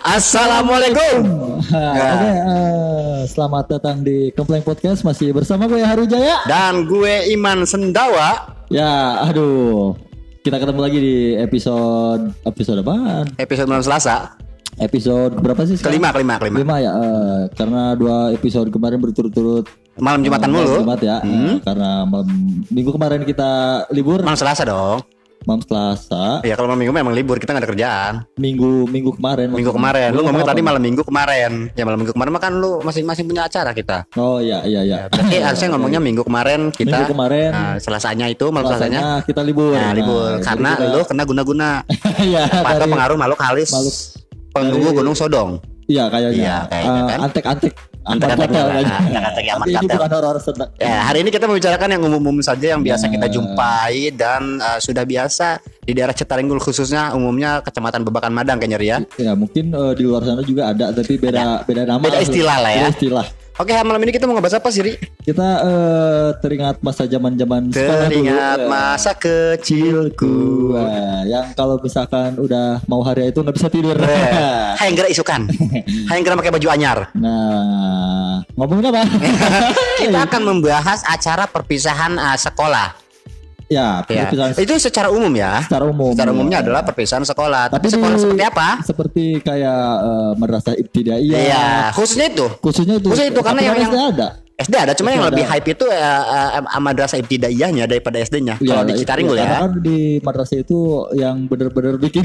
Assalamualaikum. Oke, selamat datang di Kempleng Podcast. Masih bersama gue Haru Jaya dan gue Iman Sendawa. Ya, aduh, kita ketemu lagi di episode apaan? Episode malam Selasa. Episode berapa sih sekarang? Kelima ya, karena 2 episode kemarin berturut-turut malam Jumatan mulu. Jumat ya, karena minggu kemarin kita libur. Malam Selasa dong. Malam Selasa. Iya, kalau malam Minggu memang libur, kita nggak ada kerjaan. Minggu kemarin. Lu ngomongnya tadi malam Minggu kemarin. Ya malam Minggu kemarin mah kan lu masing-masing punya acara kita. Oh iya. Berarti harusnya ngomongnya Minggu kemarin kita. Minggu kemarin. Nah, Selasanya itu malam Selasanya kita libur. Nah, libur karena lu kena guna-guna. Iya. Pada pengaruh makhluk halus. Penunggu Gunung Sodong. Iya kayaknya. Iya, kayaknya kan. Antek-antek Ini bukan horor senang. Ya, hari ini kita membicarakan yang umum-umum saja yang biasa kita jumpai dan sudah biasa di daerah Citaringgul khususnya, umumnya Kecamatan Babakan Madang kayaknya Ria. Ya, mungkin di luar sana juga ada tapi beda nama. Beda istilah lah ya. Beda istilah. Oke, malam ini kita mau ngebahas apa sih, Ri? Kita teringat masa zaman-zaman Teringat masa kecilku. Yang kalau misalkan udah mau hari itu nggak bisa tidur. Hayang gerak isukan. Hayang gerak pakai baju anyar. Nah, ngomongin apa? Kita akan membahas acara perpisahan sekolah. Ya. Itu secara umum ya. Secara umumnya adalah perpisahan sekolah. Tapi sekolah seperti apa? Seperti kayak madrasah ibtidaiyah. Iya, khususnya itu karena yang SD ada, cuma yang lebih hype itu madrasah ibtidaiyahnya daripada SD-nya. Kalau di Citaringgul ya. Karena kan di madrasah itu yang benar-benar bikin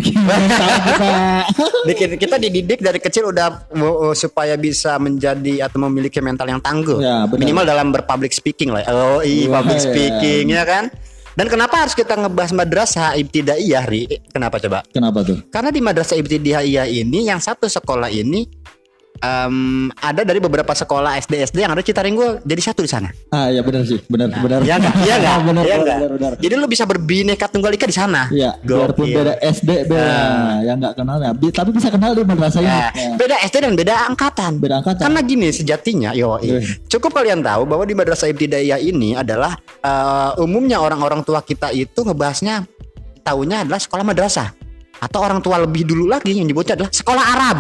kita dididik dari kecil udah supaya bisa menjadi atau memiliki mental yang tangguh. Ya, minimal dalam berpublic speaking lah. Public speaking ya kan. Dan kenapa harus kita ngebahas madrasah ibtidaiyah, Ri? Kenapa coba? Kenapa tuh? Karena di madrasah ibtidaiyah ini yang satu sekolah ini ada dari beberapa sekolah SD yang ada Citaringgul jadi satu di sana. Ya benar sih, benar. Iya enggak? Benar. Jadi lu bisa berbineka tunggal ika di sana. Iya, biarpun beda SD yang enggak kenal ya, tapi bisa kenal di madrasah ini. Beda SD dan beda angkatan. Karena gini sejatinya, cukup kalian tahu bahwa di madrasah ibtidaiyah ini adalah umumnya orang-orang tua kita itu ngebahasnya taunya adalah sekolah madrasah. Atau orang tua lebih dulu lagi yang nyebutnya adalah sekolah Arab.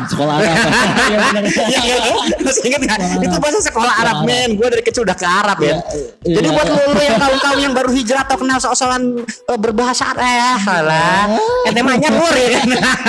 Masih ingat nggak? Itu bahasa sekolah Arab, men. Gue dari kecil udah ke Arab ya. Jadi buat lu yang kaum yang baru hijrah atau kenal soal-soalan berbahasa Arab, temanya luar ya.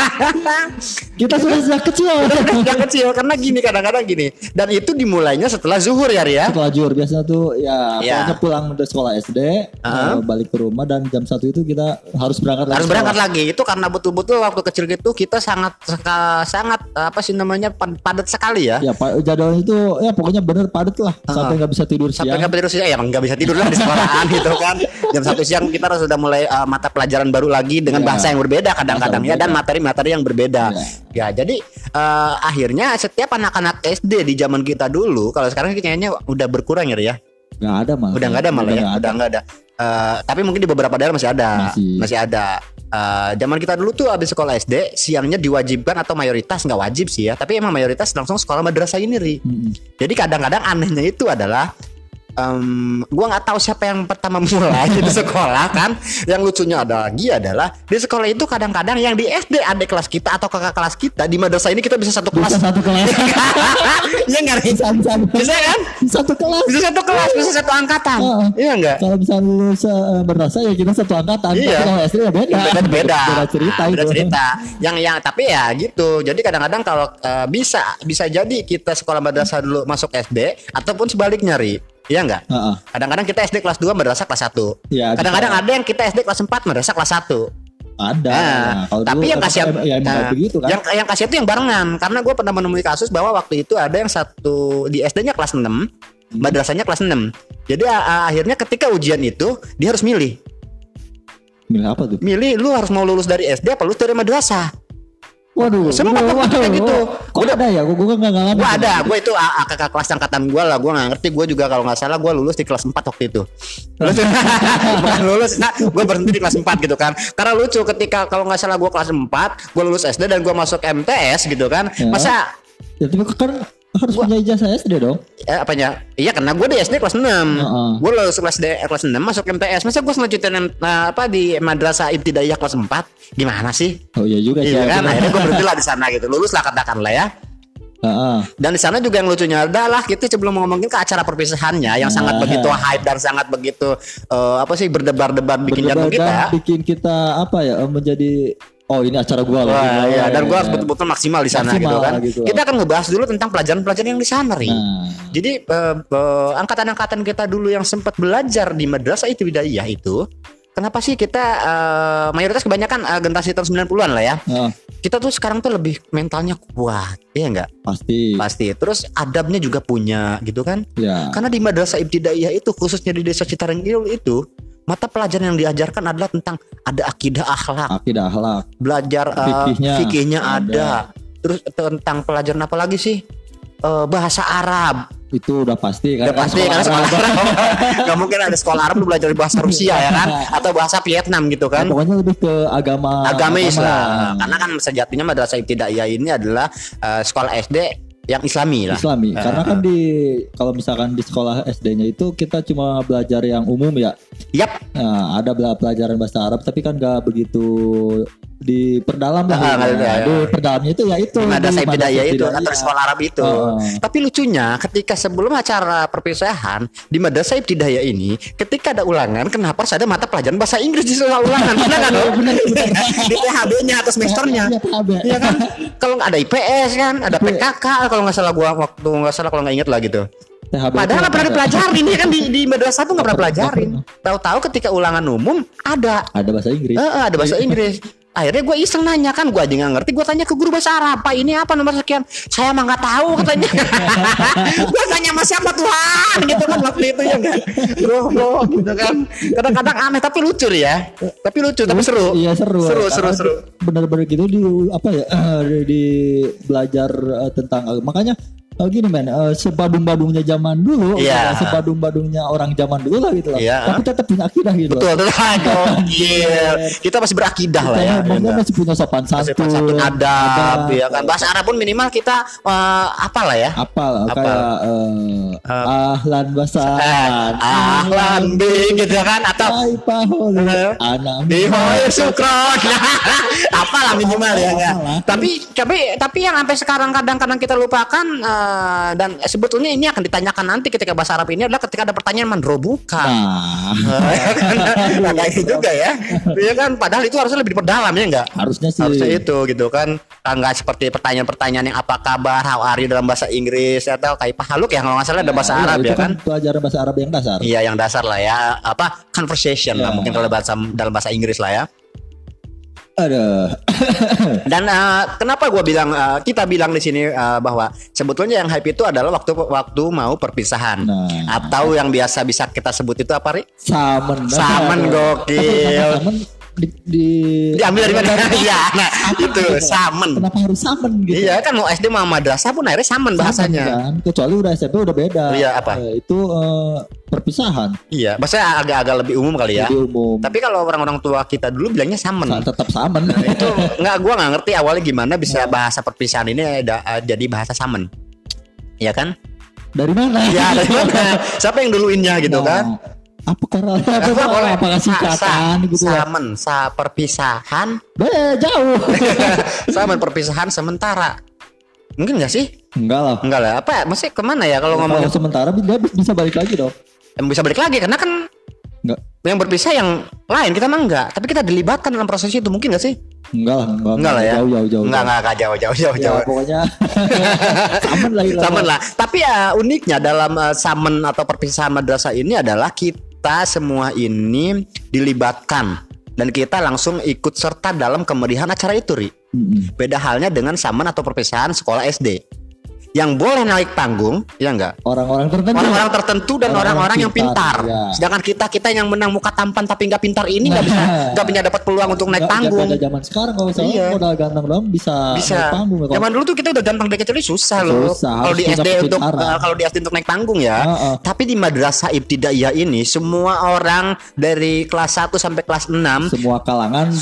Kita sudah sejak kecil. Karena gini kadang-kadang gini. Dan itu dimulainya setelah zuhur ya, Ria. Setelah zuhur biasanya tuh pokoknya pulang dari sekolah SD, balik ke rumah dan jam 1 itu kita harus berangkat lagi. Itu karena betul waktu kecil gitu kita sangat apa sih namanya padat sekali ya. Ya jadwalnya itu ya pokoknya bener padat lah sampai nggak bisa tidur siang. Ya nggak bisa tidur lah di sekolahan gitu kan. Jam 1 siang kita sudah mulai mata pelajaran baru lagi dengan bahasa yang berbeda kadang-kadang ya dan materi-materi yang berbeda. Ya jadi akhirnya setiap anak-anak SD di zaman kita dulu kalau sekarang kayaknya udah berkurang ya. Nggak ada malah. Udah nggak ada. Tapi mungkin di beberapa daerah masih ada. Zaman kita dulu tuh habis sekolah SD siangnya diwajibkan atau mayoritas nggak wajib sih ya, tapi emang mayoritas langsung sekolah madrasah ini, Ri. Jadi kadang-kadang anehnya itu adalah gua nggak tahu siapa yang pertama mulai di sekolah kan. Yang lucunya adalah di sekolah itu kadang-kadang yang di SD adik kelas kita atau kakak kelas kita di madrasah ini kita bisa satu kelas. Iya nggak? Bisa kan? Bisa satu kelas, bisa satu angkatan. Iya nggak? Kalau misalnya lulus madrasah ya kita satu angkatan. Iya. Tapi kalau SD ya beda cerita. Beda cerita. Yang tapi ya gitu. Jadi kadang-kadang kalau bisa jadi kita sekolah madrasah dulu masuk SD ataupun sebaliknya, Ri. Iya enggak? Kadang-kadang kita SD kelas 2 madrasah kelas 1. Ya, kadang-kadang ada yang kita SD kelas 4 madrasah kelas 1. Ada. Tapi yang kasihan begitu kan. Yang kasihan itu yang barengan karena gue pernah menemui kasus bahwa waktu itu ada yang satu di SD-nya kelas 6, madrasahnya kelas 6. Jadi akhirnya ketika ujian itu dia harus milih. Milih apa tuh? Milih lu harus mau lulus dari SD apa lulus dari madrasah. Waduh, semua kayak gitu. Kok ada ya? Gue nggak ngerti. Gue ada, gue itu kakak kelas angkatan gue lah. Gue nggak ngerti. Gue juga kalau nggak salah gue lulus di kelas 4 waktu itu. Gue berhenti di kelas 4 gitu kan. Karena lucu ketika kalau nggak salah gue kelas 4, gue lulus SD dan gue masuk MTS gitu kan. Ya. Masa? Ya tapi kan Harus punya ijazah SD dong. Apanya? Iya, karena gue di SD kelas 6. Gue lulus kelas 6 masuk MTS. Masa gue selanjutin di Madrasah Ibtidaiyah kelas 4? Gimana sih? Oh iya juga sih. Iya kan, akhirnya gue berhenti lah di sana gitu. Lulus lah katakan lah ya. Dan di sana juga yang lucunya adalah kita sebelum ngomongin ke acara perpisahannya yang sangat begitu hype dan sangat begitu berdebar-debar bikin jantung kita. Bikin kita menjadi ini acara gua lah. Iya, dan gua harus betul-betul maksimal di sana gitu kan. Gitu. Kita akan ngebahas dulu tentang pelajaran-pelajaran yang di sana, Ri. Jadi angkatan-angkatan kita dulu yang sempat belajar di Madrasah Ibtidaiyah itu, kenapa sih kita mayoritas kebanyakan generasi tahun 90-an lah ya. Kita tuh sekarang tuh lebih mentalnya kuat, iya enggak? Pasti. Terus adabnya juga punya gitu kan? Ya. Karena di Madrasah Ibtidaiyah itu khususnya di Desa Citarengkidul itu mata pelajaran yang diajarkan adalah tentang ada akidah akhlak. Belajar fikihnya ada. Terus tentang pelajaran apa lagi sih? Bahasa Arab. Itu udah pasti kan. Karena sekolah Arab. Gak mungkin ada sekolah Arab lu belajar bahasa Rusia ya kan? Atau bahasa Vietnam gitu kan? Pokoknya lebih ke agama Islam. Karena kan sejatinya Madrasah Ibtidaiyah ini adalah sekolah SD yang Islami. Karena kan kalau misalkan di sekolah SD-nya itu kita cuma belajar yang umum ya. Yap. Nah, ada pelajaran bahasa Arab tapi kan gak begitu diperdalam lah. Di perdalamnya itu ya itu. Madrasah Ibtidaiyah itu atau sekolah Arab itu. Tapi lucunya ketika sebelum acara perpisahan di Madrasah Ibtidaiyah ini, ketika ada ulangan, kenapa harus ada mata pelajaran bahasa Inggris di soal ulangan? Benar kan? Benar. Di THB-nya atau semesternya. Iya kan? Kalau nggak ada IPS kan, ada PKK kalau nggak salah kalau nggak inget lah gitu. Padahal nggak pernah dipelajarin ya kan di madrasah tuh nggak pernah pelajarin. Tahu-tahu ketika ulangan umum ada bahasa Inggris. Ada bahasa Inggris. Akhirnya gue iseng nanya kan, gue aja nggak ngerti, gue tanya ke guru bahasa Arab, Pak ini apa nomor sekian? Saya mah nggak tahu katanya. Gue tanya sama siapa Tuhan gitu kan waktu itu ya kan. Bro gitu kan. Kadang-kadang aneh tapi lucu ya. Tapi seru. Iya seru. Bener-bener gitu di belajar tentang makanya gini men, sebadung-badungnya zaman dulu, sebadung-badungnya orang zaman dulu lah gitu lah. Tapi tetap punya akidah gitu. Betul. Kita masih berakidah lah ya. Masih punya sopan santun, adab, ya kan. Bahasa Arab pun minimal kita apal lah ya. Kayak ahlan basan, ahlan bi gitu kan, atau anam bihoy sukron. Apalah minimal ya enggak. Tapi yang sampai sekarang kadang-kadang kita lupakan. Dan sebetulnya ini akan ditanyakan nanti ketika bahasa Arab ini adalah ketika ada pertanyaan mandrobuka. Nah kayak juga ya. Iya kan, padahal itu harusnya lebih diperdalam ya enggak? Harusnya itu gitu kan. Enggak seperti pertanyaan-pertanyaan yang apa kabar, how are you dalam bahasa Inggris atau kayak pahaluk ya kalau enggak salah ada bahasa Arab ya kan. Pelajaran bahasa Arab yang dasar. Iya, yang dasar lah ya. Conversation lah mungkin kalau dalam bahasa Inggris lah ya. Dan kenapa kita bilang di sini bahwa sebetulnya yang hype itu adalah waktu mau perpisahan atau yang biasa bisa kita sebut itu apa, Ri? Samen gokil. Diambil dari mana? Iya, nah itu samen. Kenapa harus samen gitu? Iya kan, mau SD mau madrasah pun akhirnya samen bahasanya. Kan? Kecuali udah SMP udah beda. Iya apa? Itu perpisahan. Iya, bahasanya agak-agak lebih umum kali ya. Lebih umum. Tapi kalau orang-orang tua kita dulu bilangnya samen. Tetap samen. Nah, itu gua nggak ngerti awalnya gimana bisa bahasa perpisahan ini jadi bahasa samen. Iya kan? Dari mana? Ya dari mana? Siapa yang duluinnya gitu kan? Apa karena apa singkatan gitu ya? Samen, perpisahan. Jauh. Samen perpisahan sementara. Mungkin nggak sih? Enggak lah. Apa? Masih kemana ya kalau ngomong sementara dia bisa balik lagi dong. Bisa balik lagi karena kan enggak. Yang berpisah yang lain kita mah enggak, tapi kita dilibatkan dalam proses itu, mungkin nggak sih? Enggak lah ya. Jauh. Enggak jauh. Ya, pokoknya samen lah. Tapi ya uniknya dalam samen atau perpisahan madrasah ini adalah kita semua ini dilibatkan dan kita langsung ikut serta dalam kemeriahan acara itu, Ri. Beda halnya dengan samen atau perpisahan sekolah SD. Yang boleh naik panggung, ya enggak? Orang-orang tertentu dan orang-orang yang pintar. Ya. Sedangkan kita yang menang muka tampan tapi nggak pintar ini nggak punya dapat peluang untuk naik panggung. Zaman sekarang kalau misalnya modal ganteng doang bisa naik panggung. Zaman dulu tuh kita udah ganteng dari kecil susah loh. Kalau di SD untuk naik panggung ya. Tapi di Madrasah Ibtidaiyah ini semua orang dari kelas 1 sampai kelas 6, semua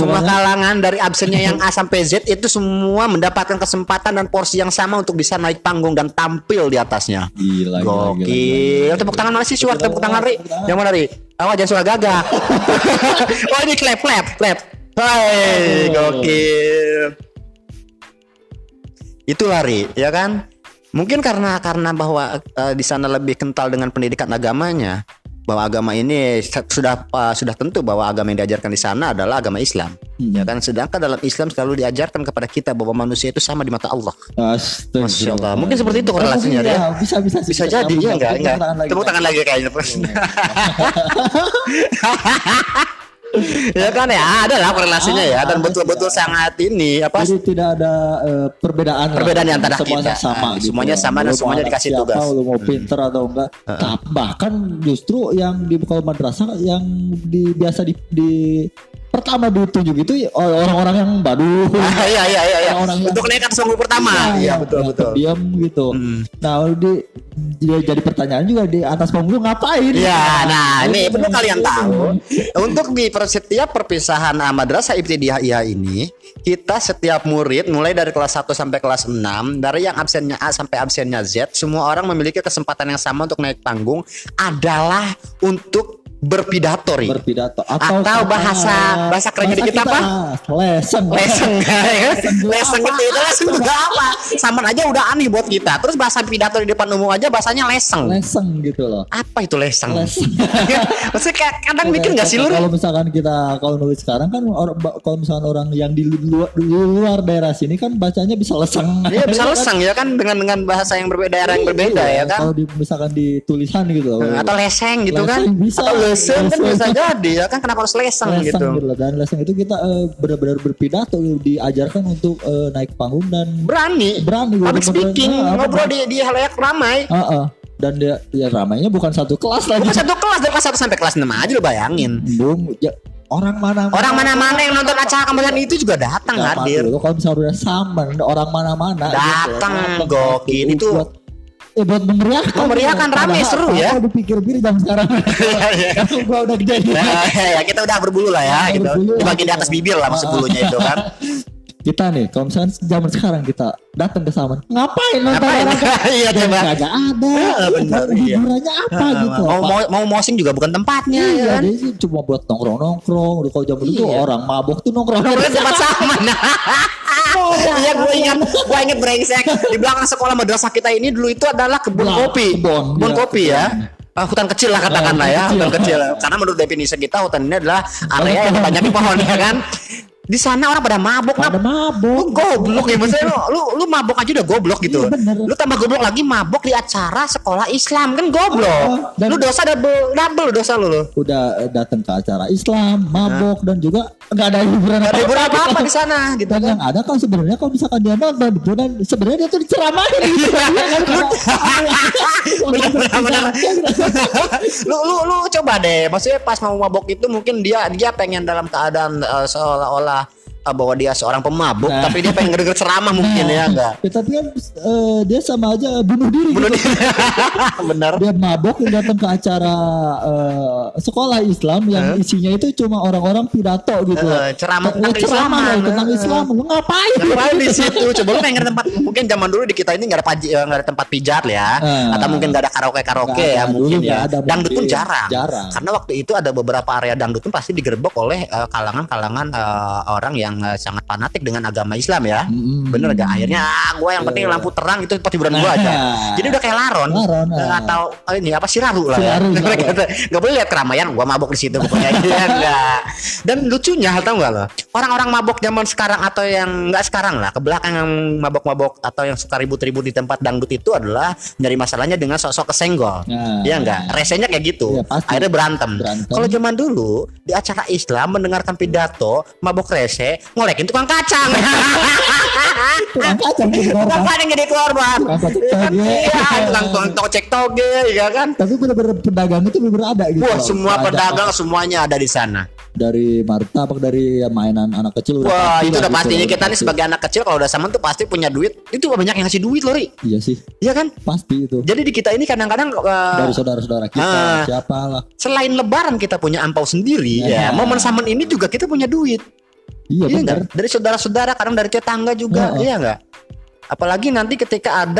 kalangan dari absennya yang A sampai Z itu semua mendapatkan kesempatan dan porsi yang sama untuk bisa naik panggung panggung dan tampil di atasnya. Gila, gokil. Tepuk tangan mana sih, Suar? Tepuk tangan, Ri. Yang mana, Ri? Awas jangan suka gagah. Oh, ini clap. Hai, gokil. Itu Ri, ya kan? Mungkin karena bahwa di sana lebih kental dengan pendidikan agamanya, bahwa agama ini sudah tentu bahwa agama yang diajarkan di sana adalah agama Islam, ya kan? Sedangkan dalam Islam selalu diajarkan kepada kita bahwa manusia itu sama di mata Allah. Masya Allah. Mungkin seperti itu korelasinya ya. Bisa jadi ya enggak? Tepuk tangan lagi kayaknya. Ya kan ya, ada lah korelasinya ya, dan betul-betul sangat ini apa? Jadi tidak ada perbedaan antara semuanya kita. Sama, gitu. Semuanya sama dan semuanya dikasih tugas. Lu mau pinter atau enggak? Bahkan justru yang di kalau madrasah yang biasa di pertama ditunjuk itu orang-orang yang baru. Iya. Untuk naik atas panggung pertama. Iya, betul. Diam gitu. Nah, jadi pertanyaan juga di atas panggung ngapain? Ya, nah ini perlu kalian tahu. Untuk di setiap perpisahan madrasah ibtidaiyah ini, kita setiap murid mulai dari kelas 1 sampai kelas 6, dari yang absennya A sampai absennya Z, semua orang memiliki kesempatan yang sama untuk naik panggung adalah untuk berpidato atau bahasa keren kita apa? Leseng itu juga apa? Sama aja udah aneh buat kita. Terus bahasa pidato di depan umum aja bahasanya leseng gitu loh. Apa itu leseng? Maksudnya kadang mikir nggak sih lu? Kalau misalkan kita nulis sekarang kan kalau misalkan orang yang di luar daerah sini kan bacanya bisa leseng. Iya bisa leseng ya kan dengan bahasa yang berbeda, daerah yang berbeda ya kan. Kalau misalkan di tulisan gitu atau leseng gitu kan. Bisa. Leseng kan bisa jadi ya kan, kenapa harus leseng gitu. Dan leseng itu kita benar-benar berpidato, diajarkan untuk naik panggung dan berani public speaking, ngobrol di halayak ramai. Dan dia ramainya bukan satu kelas lagi. Bukan satu kelas, dari kelas 1 sampai kelas 6 aja lo bayangin. Orang mana-mana yang nonton acara kemarin itu juga datang hadir. Kalau misalnya udah sama orang mana-mana datang gitu. Gokil itu buat memeriahkan rame seru ya. Kalau dipikir-pikir jam sekarang. Gua udah gede. Ya kita udah berbulu lah ya gitu. Di bagian di atas bibir lah maksud bulunya itu kan. Kita nih kalau misalnya zaman sekarang kita datang ke Saman, ngapain nonton orang? Iya coba. Kagak ada. Benar iya. Hiburannya apa gitu? Mau mosing juga bukan tempatnya ya kan. Dia sih cuma buat nongkrong. Kalau zaman itu orang mabok tuh nongkrong di tempat Saman. Iya gue ingat brengsek. Di belakang sekolah madrasah kita ini dulu itu adalah kebun kopi ya. Hutan kecil lah katakanlah ya, hutan kecil. Karena menurut definisi kita hutan ini adalah area yang banyak pohon ya kan. Di sana orang pada mabok. Lu goblok ya, maksudnya lu mabok aja udah goblok gitu. Iya, lu tambah goblok lagi mabok di acara sekolah Islam kan goblok. Lu dosa double dosa lu. Udah datang ke acara Islam, mabok dan juga enggak ada hiburan apa di sana gitu. Dan yang ada kan sebenarnya kalau misalkan dia nonton dan sebenarnya dia tuh diceramahin gitu. Benar. Lu coba deh, maksudnya pas mau mabok itu mungkin dia pengen dalam keadaan seolah-olah bahwa dia seorang pemabuk, tapi dia pengen ngedenger ceramah mungkin ya enggak. Tapi kan dia sama aja bunuh diri. Benar. Dia mabuk datang ke acara sekolah Islam yang isinya itu cuma orang-orang pidato gitu. Ceramah tentang Islam. Lu ngapain di situ? Coba lu pengen tempat, mungkin zaman dulu di kita ini enggak ada tempat pijat ya. Atau mungkin enggak ada karaoke ya mungkin ya. Dangdut pun jarang. Karena waktu itu ada beberapa area dangdut pun pasti digerebek oleh kalangan orang yang sangat fanatik dengan agama Islam ya. Bener gak? Akhirnya gue yang penting lampu terang itu tempat hiburan gue aja. Jadi udah kayak laron atau ini apa siraru lah ya. Gak boleh lihat keramaian gue mabok di situ pokoknya. Enggak. Dan lucunya tau gak lo, orang-orang mabok zaman sekarang atau yang nggak sekarang lah, ke belakang yang mabok-mabok atau yang suka ribut-ribut di tempat dangdut itu adalah nyari masalahnya dengan sosok kesenggol. Iya enggak? Resenya kayak gitu. Akhirnya berantem. Kalau zaman dulu di acara Islam mendengarkan pidato mabok rese, ngolekin tukang kacang. Tukang kacang jadi korban. Tukang tocek toge ya kan. Tapi benar-benar pedagang itu benar ada gitu. Wah, semua pedagang semuanya ada di sana. Dari martabak, dari mainan anak kecil. Wah, itu udah pastinya kita nih sebagai anak kecil kalau udah Saman tuh pasti punya duit. Itu banyak yang ngasih duit loh, Ri. Iya sih. Iya kan? Pasti itu. Jadi di kita ini kadang-kadang dari saudara-saudara kita, siapa lah. Selain lebaran kita punya ampau sendiri, ya. Momen Saman ini juga kita punya duit. Iya benar. Dari saudara-saudara, kadang dari tetangga juga, iya enggak? Apalagi nanti ketika ada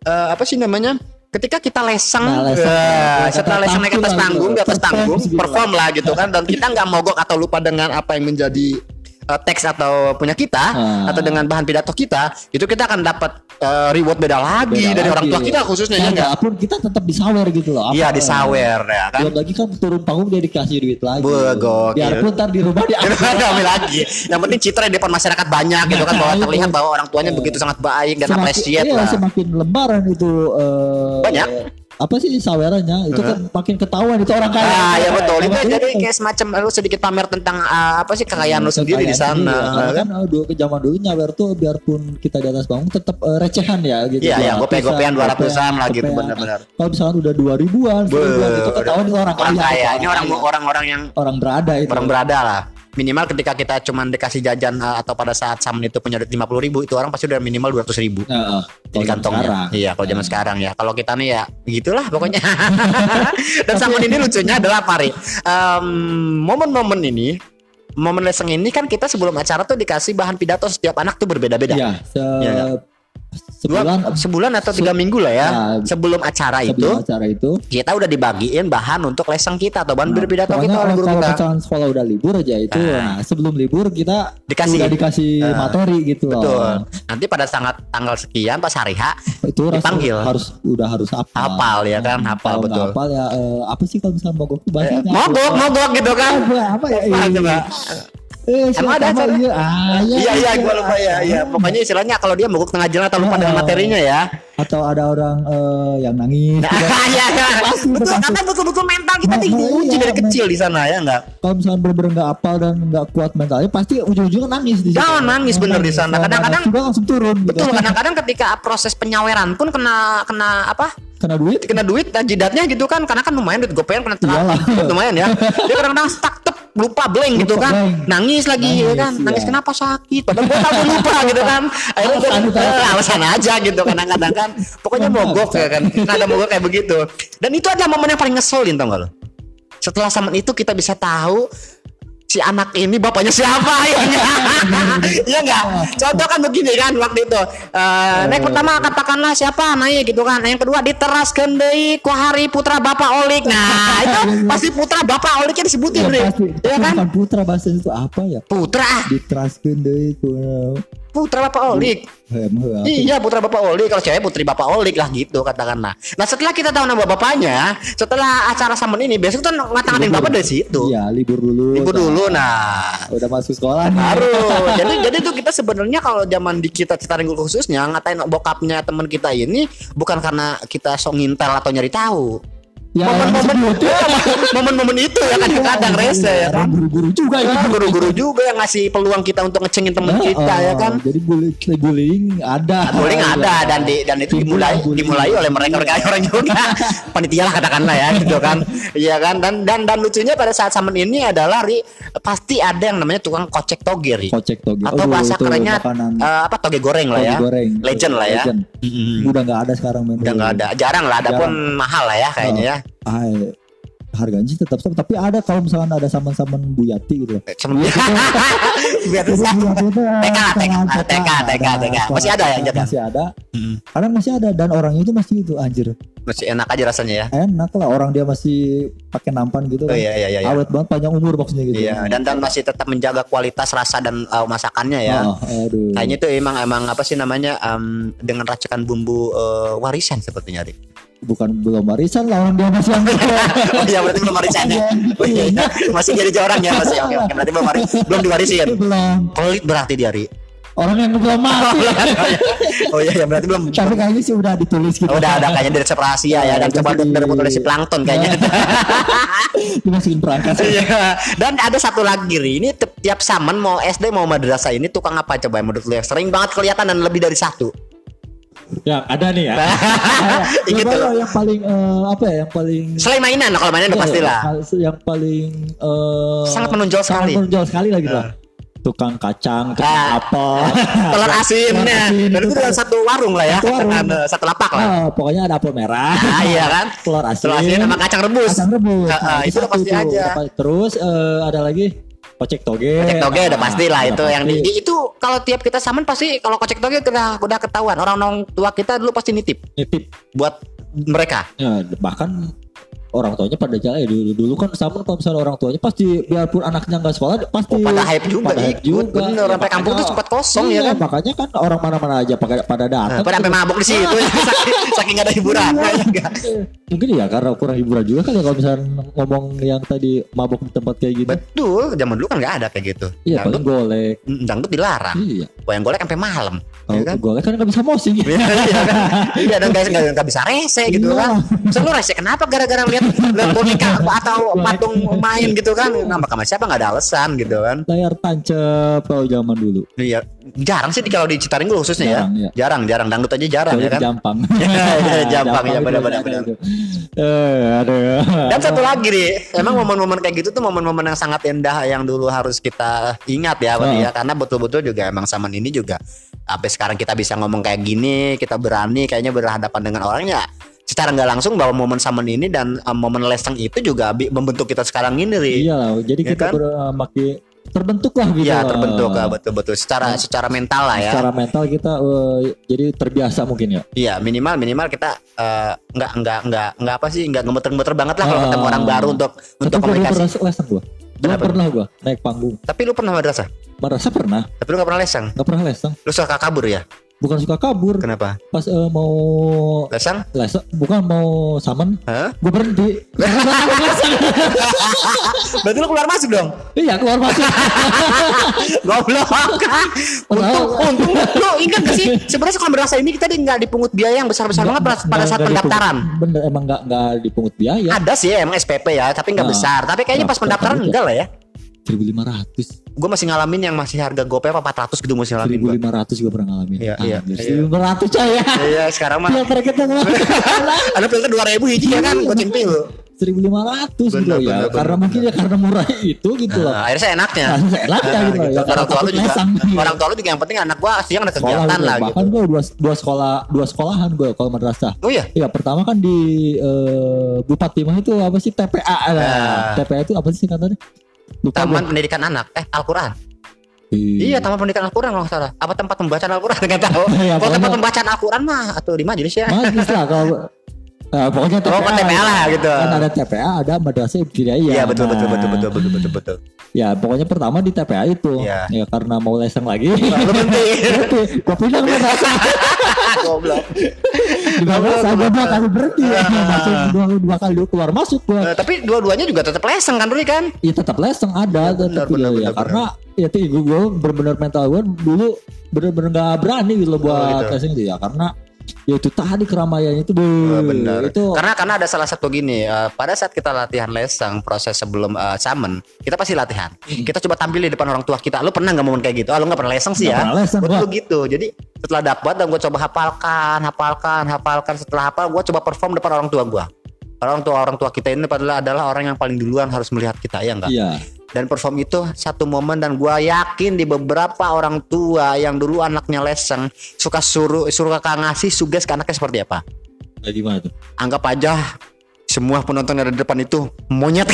apa sih namanya? Ketika kita leseng, setelah leseng naik atas panggung, di atas panggung, perform lah gitu kan, dan kita nggak mogok atau lupa dengan apa yang menjadi teks atau punya kita atau dengan bahan pidato kita, itu kita akan dapat reward beda lagi dari orang tua kita khususnya ya enggak? Pun kita tetap disawer gitu loh. Iya disawer ya kan. Belum lagi kan turun panggung dia dikasih duit lagi. Biarpun ntar di rumah diambil lagi. Yang penting citra di depan masyarakat banyak gitu kan, bahwa terlihat bahwa orang tuanya begitu sangat baik dan appreciate lah. Semakin lebaran itu banyak. Apa sih sawerannya itu kan makin ketahuan itu orang kaya. Ya betul. Itu jadi kayak semacam lu sedikit pamer tentang apa sih kekayaan lu sendiri di sana. Kan ke zaman dulu nyawer tuh biarpun kita di atas panggung tetap recehan ya gitu. Iya, gope-gopean 200-an lah gitu benar-benar. Kalau misalkan udah 2000-an itu ketahuan itu orang kaya. Ini orang-orang yang orang berada itu. Orang berada lah. Minimal ketika kita cuman dikasih jajan atau pada saat samen itu punya duit 50.000, itu orang pasti udah minimal 200.000 di kantongnya. Iya, kalau zaman sekarang ya. Kalau kita nih ya begitulah pokoknya. Dan samen ini lucunya adalah apa, Ri? Momen-momen ini, momen leseng ini kan kita sebelum acara tuh dikasih bahan pidato setiap anak tuh berbeda-beda. Iya, sebulan atau 3 minggu lah ya. Sebelum acara itu kita udah dibagiin bahan untuk leseng kita atau bahan berpidato kita oleh guru kita. Kalau sekolah udah libur aja itu, sebelum libur kita dikasih materi gitu loh. Betul. Nanti pada tanggal sekian pas hari H itu dipanggil. Harus hafal. Hafal ya kan, hafal betul. Hafal ya apa sih kalau misalnya mogok itu bahasanya? Mogok gitu kan. Apa ya? Emang ada acara? Iya, gue lupa ya. Pokoknya istilahnya kalau dia mogok tengah jalan atau lupa dengan materinya ya. Atau ada orang yang nangis. Iya. Betul, karena betul-betul mental kita diuji dari kecil di sana ya enggak. Kalau misalnya benar-benar nggak apal dan nggak kuat mentalnya, pasti ujung-ujungnya nangis di sana. Nangis bener di sana. Kadang-kadang juga langsung turun. Betul, kadang-kadang ketika proses penyaweran pun kena apa? Kena duit dan jidatnya gitu kan, karena kan lumayan duit gopean kena lumayan ya. Dia kadang-kadang stuck lupa blank gitu kan, nangis lagi ya kan, nangis kenapa sakit, padahal gue tahu lupa gitu kan, akhirnya alasan aja gitu kadang-kadang kan, pokoknya mogok ya kan, ada mogok kayak begitu, dan itu adalah momen yang paling ngeselin tau gak lo? Setelah samen itu kita bisa tahu si anak ini bapaknya siapa ya enggak? Contoh kan begini kan waktu itu naik pertama katakanlah siapa naik gitu kan, yang kedua diteraskeun deui ku hari putra bapak Olik. Nah itu pasti putra bapak Oliknya disebutin ya kan? Putra bahasa itu apa ya? Putra diteraskeun deui ku putra bapak Olik. Iya putra bapak Olik, kalau cewek putri bapak Olik lah gitu katakanlah. Nah setelah kita tahu nama bapaknya, setelah acara samen ini besok tuh ngata-ngatain bapak dari situ. Iya libur dulu. Nah udah masuk sekolah baru. jadi tuh kita sebenarnya kalau zaman di kita Citaringgul khususnya ngatain bokapnya teman kita ini bukan karena kita sok ngintel atau nyari tahu. Ya, momen-momen itu ya kadang-kadang rese ya kan. Guru-guru juga yang ngasih peluang kita untuk ngecengin teman kita ya kan. Jadi bullying ada dan itu dimulai oleh mereka orang juga panitia lah katakanlah ya gitu kan. Iya kan, dan lucunya pada saat samen ini adalah pasti ada yang namanya tukang kocek toge atau bahasa kerennya toge goreng lah ya, legend lah ya. Udah nggak ada sekarang, udah nggak ada, jarang lah, ada pun mahal lah ya kayaknya ya. Harganya sih tetap sama, tapi ada kalau misalkan ada saman-saman Buyati gitu. TK masih ada ya? Masih ada. Kadang masih ada dan orangnya itu masih itu anjir. Masih enak aja rasanya ya. Enak lah, orang dia masih pakai nampan gitu kan. Iya. Awet banget, panjang umur maksudnya gitu. Iya, dan masih tetap menjaga kualitas rasa dan masakannya ya. Kayaknya itu emang apa sih namanya dengan racikan bumbu warisan sepertinya, Rik. Belum warisan lah, orang dia masih oh iya berarti belum warisan ya. Masih jadi orang ya masih. Oke, berarti belum diwarisin. Belum. Pelit berarti dia, Ri. Orang yang belum mati. Oh iya berarti belum. Tapi kayaknya sih udah ditulis gitu. Udah ada kayaknya dari rahasia ya, dan coba dari foto si plankton kayaknya. Dimasukin perangkat. Iya. Dan ada satu lagi, Ri. Ini tiap samen mau SD mau madrasah ini tukang apa coba yang menurut lu yang sering banget kelihatan dan lebih dari satu? Ya ada nih ya. Gitu loh. Yang paling yang paling selain mainan, kalau mainan udah pastilah. Yang paling sangat menonjol sekali lah gitu. Tukang kacang, tukang apel, telur asinnya. Dan itu dalam satu warung lah ya. Satu lapak lah. Pokoknya ada apel merah. Iya kan? Telur asin sama kacang rebus. Nah, itu pasti aja. Terus ada lagi Kocek toge udah pasti lah itu yang itu kalau tiap kita saman pasti kalau kocek toge udah ketahuan orang tua kita dulu pasti nitip buat mereka. Ya, bahkan orang tuanya pada jalan ya dulu kan sama kalau misalnya orang tuanya pasti biarpun anaknya nggak sekolah pasti pada hype juga bener sampai kampung tuh sempat kosong ya kan, makanya kan orang mana-mana aja pada datang pada sampai mabuk di situ saking gak ada hiburan. Mungkin ya karena kurang hiburan juga kan ya kalau misalnya ngomong yang tadi mabuk di tempat kayak gitu. Betul, zaman dulu kan nggak ada kayak gitu. Iya, paling golek. Dangdut dilarang. Iya. Yang golek sampai malam. Oh, ya kan? Golek kan nggak bisa mosing. Iya, dan guys nggak bisa rese gitu kan. Misalnya lu rese kenapa gara-gara lihat boneka atau patung main gitu kan? Nama sama siapa nggak ada alasan gitu kan? Layar tancap kalau zaman dulu. Iya, jarang sih kalau di Citaringgo khususnya jarang, ya. Jarang dangdut aja jarang ya kan. Jampang. Jampang ya benar. Aduh. Dan satu lagi nih, emang momen-momen kayak gitu tuh momen-momen yang sangat indah yang dulu harus kita ingat ya, ya karena betul-betul juga emang zaman ini juga sampai sekarang kita bisa ngomong kayak gini, kita berani kayaknya berhadapan dengan orangnya. Secara nggak langsung bahwa momen saman ini dan momen leseng itu juga membentuk kita sekarang ini, Ri. Iya lah, jadi ya kita kan? Makin terbentuk lah gitu. Iya, terbentuk lah betul-betul secara mental lah ya. Secara mental kita jadi terbiasa mungkin ya. Iya, minimal kita nggak apa sih, nggak gemeter-gemeter banget lah kalau ketemu orang baru untuk komunikasi. Belum pernah gua naik panggung. Tapi lu pernah madrasah? Madrasah pernah. Tapi lu nggak pernah leseng? Nggak pernah leseng. Lu suka kabur ya? Bukan suka kabur. Kenapa? Pas mau leseng, bukan mau saman. Gue berhenti. Berarti lu keluar masuk dong? Iya, keluar masuk. Goblok. Untung lu ingat gak sih? Sebenarnya sekolah madrasah ini kita nggak dipungut biaya yang besar-besar banget pada saat pendaftaran. Bener, emang nggak dipungut biaya. Ada sih emang SPP ya, tapi nggak besar. Tapi kayaknya pas pendaftaran enggak lah ya. 1.500. Gue masih ngalamin yang masih harga gopay apa 400 gitu masih ngalamin. 1.500 gue pernah ngalamin. Iya. 1.500 coy ya. Iya, sekarang mah. Filter kita ada filter 2.000 hiji ya kan, goceng pilu. 1.500 gitu ya. Karena mungkin ya karena murah itu gitu loh. Akhirnya saya enaknya. Enaknya gitu ya. Orang tua lu juga yang penting anak gua siang ada kegiatan lah gitu. Bahkan gue dua sekolahan gue kalau madrasah. Oh iya. Iya, pertama kan di Bupati Mah itu apa sih TPA. TPA itu apa sih katanya? Taman Pendidikan Anak Al-Quran. Iya, Taman Pendidikan Al-Quran kalau salah. Apa tempat pembacaan Al-Quran enggak tahu. Kalau tempat pembacaan Al-Quran mah atau di majelis ya. Majelis lah kalau pokoknya TPA lah gitu. Kan ada TPA, ada madrasah ibtidaiyah. Iya, betul. Ya, pokoknya pertama di TPA itu. Ya karena mau leseng lagi. Lu berhenti. Gua pindah ke madrasah. Goblok. Di madrasah gua 2 kali berhenti. Masuk 2 kali keluar masuk gua. Tapi dua-duanya juga tetap leseng kan, Ruli kan? Iya, tetap leseng ada tetap ya. Karena ya gue benar-benar mental gue dulu benar-benar enggak berani gitu buat leseng itu ya karena ya itu tadi keramaiannya itu benar. Itu karena ada salah satu gini pada saat kita latihan leseng proses sebelum samen kita pasti latihan kita coba tampil di depan orang tua kita. Lu pernah nggak momen kayak gitu? Lu nggak pernah leseng sih ya? Betul gitu. Jadi setelah dapat dan gue coba hafalkan setelah hafal gue coba perform depan orang tua gue. Orang tua kita ini adalah orang yang paling duluan harus melihat kita ya enggak? Iya. Dan perform itu satu momen dan gue yakin di beberapa orang tua yang dulu anaknya leseng suka suruh kakak ngasih suges ke anaknya seperti apa? Gimana tuh? Anggap aja semua penonton yang ada di depan itu monyet.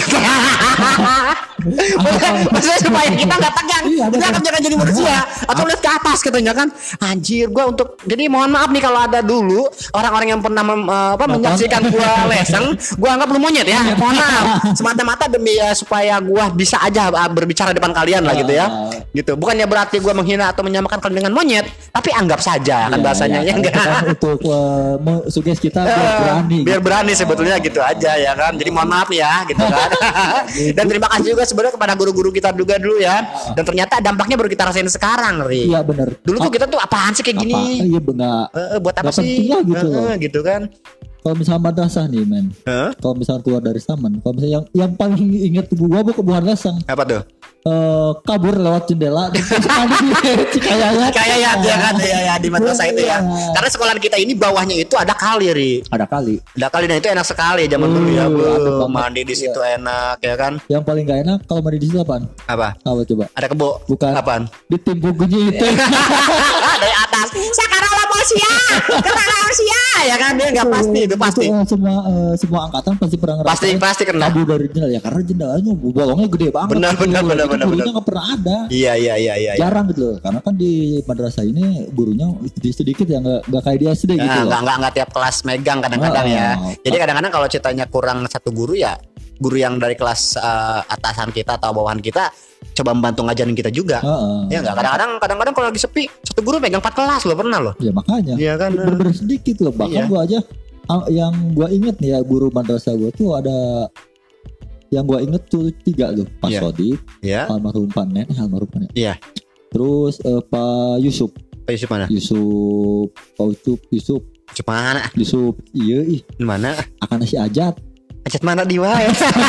Maksudnya supaya kita nggak tegang, kita akan jangan jadi manusia atau lihat ke atas katanya kan. Anjir, gue untuk jadi mohon maaf nih kalau ada dulu orang-orang yang pernah menyaksikan gue leseng, gue anggap lu monyet ya. Mohon maaf, semata-mata demi supaya gue bisa aja berbicara depan kalian lah gitu ya. Gitu. Bukannya berarti gue menghina atau menyamakan kalian dengan monyet, tapi anggap saja kan bahasanya ya enggak. Untuk suges kita biar berani sebetulnya gitu aja ya kan. Jadi mohon maaf ya gitu kan. Dan terima kasih juga sebenarnya kepada guru-guru kita juga dulu ya. Dan ternyata dampaknya baru kita rasain sekarang, Ri. Iya benar. Dulu tuh kita tuh apaan sih kayak gini? Iya benar. Buat apa sih? Gitu kan. Kalau misalnya madrasah nih men, kalau misalnya keluar dari saman, kalau misalnya yang paling inget gua bukan leseng. Apa tuh? Kabur lewat jendela kayak ya kan ya di madrasah itu ya. Karena sekolahan kita ini bawahnya itu ada kali, Ri. Ada kali dan itu enak sekali zaman dulu ya. Mandi di situ enak ya kan. Yang paling gak enak kalau mandi di situ apaan? Apa coba? Ada kebo. Bukan. Apaan? Ditimpuk bunyi itu. Dari atas. Sekarang lah rahasia ya kan, dia nggak pasti itu pasti. Semua angkatan pasti pernah ngerasain. Pasti kena. Kabur dari jendela ya karena jendelanya bolongnya gede banget. Benar. Gurunya nggak pernah ada. Iya. Jarang gitu loh. Karena kan di madrasah ini gurunya sedikit ya nggak kayak di SD gitu loh. Nggak tiap kelas megang kadang-kadang ya. Jadi kadang-kadang kalau ceritanya kurang satu guru ya, guru yang dari kelas atasan kita atau bawahan kita coba membantu ngajarin kita juga. Ya enggak, kadang-kadang kalau lagi sepi satu guru megang 4 kelas loh, pernah loh. Ya makanya. Iya kan. Bener sedikit loh. Bahkan gua aja yang gua inget nih ya, guru madrasah gua tuh ada yang gua inget tuh 3 tuh. Pak Sodik, almarhum Pak Nen. Iya. Terus Pak Yusuf. Pak Yusuf mana? Yusuf mana? Yusuf iya mana? Akan nasi Ajat mana di wae.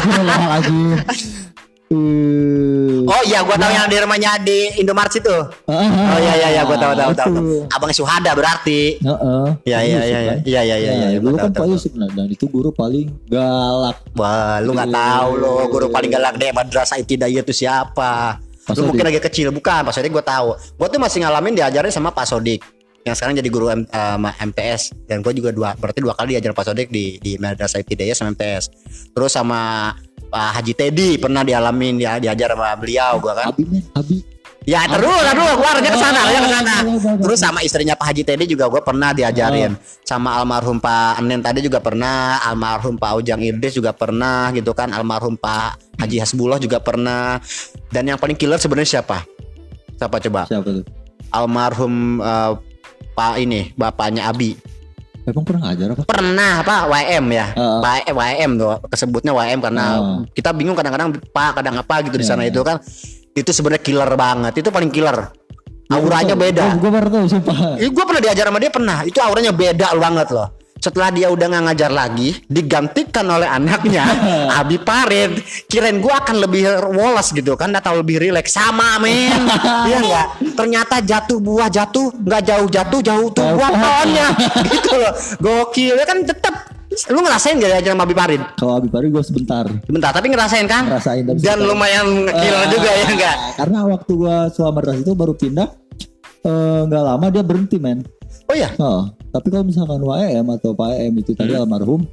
Oh iya, gua tahu yang di rumahnya di Indomaret situ. Oh iya, gua tahu. Abang Suhada berarti. Iya. Dulu kan Pak Yusuf, dan itu guru paling galak. Wah, lu nggak tahu loh, guru paling galak deh Madrasah Ibtidaiyah itu siapa? Lu mungkin lagi kecil, bukan Pak Sodik. Gua tahu. Gua tuh masih ngalamin diajarin sama Pak Sodik yang sekarang jadi guru MTS, dan gue juga berarti 2 kali diajar Pak Sodik di Madrasah Ibtidaiyah sama MTS. Terus sama Pak Haji Teddy pernah dialamin diajar sama beliau gue kan. Abi. Ya terus gue arahnya ke sana. Terus sama istrinya Pak Haji Teddy juga gue pernah diajarin. Sama almarhum Pak Enen tadi juga pernah, almarhum Pak Ujang Idris juga pernah gitu kan, almarhum Pak Haji Hasbullah juga pernah. Dan yang paling killer sebenarnya siapa coba? Siapa tuh? Almarhum Pak ini, bapaknya Abi. Emang pernah ngajar apa? Pernah, Pak YM ya. YM tuh, kesebutnya YM karena kita bingung kadang-kadang Pak, kadang apa gitu di sana itu kan. Itu sebenarnya killer banget. Itu paling killer. Auranya beda. Gue baru tahu sumpah. Gue pernah diajar sama dia pernah. Itu auranya beda banget loh. Setelah dia udah nggak ngajar lagi, digantikan oleh anaknya Abi Parid. Kirain gue akan lebih woles gitu kan, atau lebih rileks. Sama men. Iya nggak? Ternyata buah jatuh nggak jauh tuh buah pohonnya gitu loh. Gokil ya kan. Tetap lu ngerasain gak ajar sama Abi Parid? Kalau Abi Parid gue sebentar tapi ngerasain kan? Ngerasain. Dan lumayan killer juga ya enggak? Karena waktu gue selama madrasah itu baru pindah, nggak lama dia berhenti men. Oh iya. Tapi kalau misalkan WM atau Pak EM itu tadi almarhum,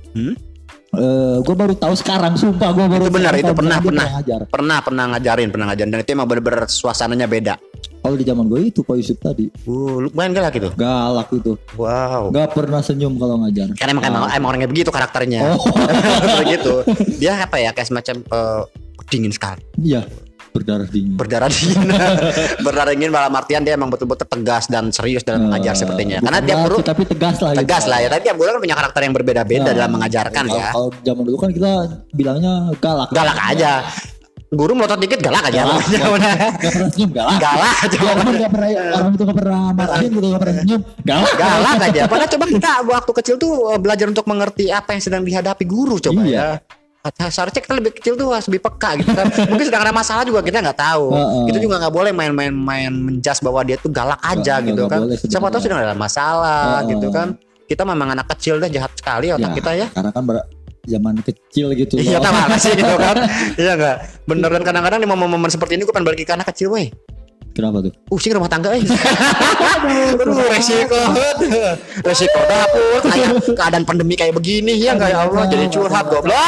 gue baru tahu sekarang, sumpah gue baru. Itu benar, itu pernah ngajarin dan itu emang bener-bener suasananya beda. Kalau di zaman gue itu Pak Yusuf tadi. Lumayan galak itu. Wow. Gak pernah senyum kalau ngajar. Karena emang orangnya begitu karakternya. Begitu. Dia apa ya, kayak semacam dingin sekali. Iya. Berdarah dingin. Berdarah dingin dalam artian dia emang betul-betul tegas dan serius dalam mengajar sepertinya. Karena tiap guru tapi tegas lah ya. Tapi tiap guru kan punya karakter yang berbeda-beda dalam mengajarkan ya. Kalau zaman dulu kan kita bilangnya galak. Galak aja. Guru melotot dikit galak aja. Gak pernah senyum galak aja. Orang itu gak pernah marahin gitu, gak pernah senyum galak aja. Padahal coba kita waktu kecil tuh belajar untuk mengerti apa yang sedang dihadapi guru coba ya. Seharusnya kita lebih kecil tuh lebih peka gitu kan. Mungkin sedang ada masalah juga kita nggak tahu. Itu juga nggak boleh main menjas bahwa dia tuh galak aja gitu kan. Siapa tahu sedang ada masalah gitu kan. Kita memang anak kecil deh, jahat sekali otak kita ya. Karena kan zaman kecil gitu. Iya tak sih gitu kan. Iya nggak. Bener, dan kadang-kadang di momen-momen seperti ini gue pengen balik ke anak kecil weh. Kenapa tuh? Sih rumah tangga resiko dapur kayak keadaan pandemi kayak begini ya nggak, ya Allah jadi curhat goblok.